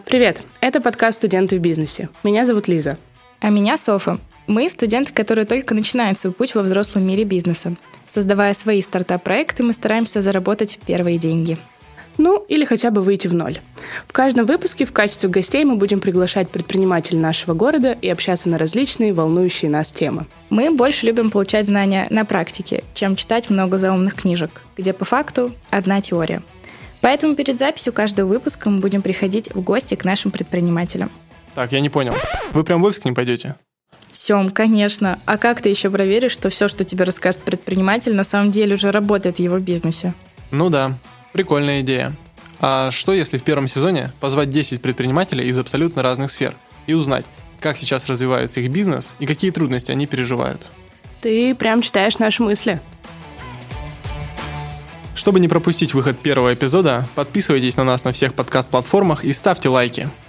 Привет, это подкаст «Студенты в бизнесе». Меня зовут Лиза. А меня Софа. Мы студенты, которые только начинают свой путь во взрослом мире бизнеса. Создавая свои стартап-проекты, мы стараемся заработать первые деньги. Ну, или хотя бы выйти в ноль. В каждом выпуске в качестве гостей мы будем приглашать предпринимателей нашего города и общаться на различные волнующие нас темы. Мы больше любим получать знания на практике, чем читать много заумных книжек, где по факту одна теория. Поэтому перед записью каждого выпуска мы будем приходить в гости к нашим предпринимателям. Так, я не понял. Вы прям в офис к ним пойдете? Сём, конечно. А как ты еще проверишь, что все, что тебе расскажет предприниматель, на самом деле уже работает в его бизнесе? Ну да, прикольная идея. А что, если в первом сезоне позвать 10 предпринимателей из абсолютно разных сфер и узнать, как сейчас развивается их бизнес и какие трудности они переживают? Ты прям читаешь наши мысли. Чтобы не пропустить выход первого эпизода, подписывайтесь на нас на всех подкаст-платформах и ставьте лайки.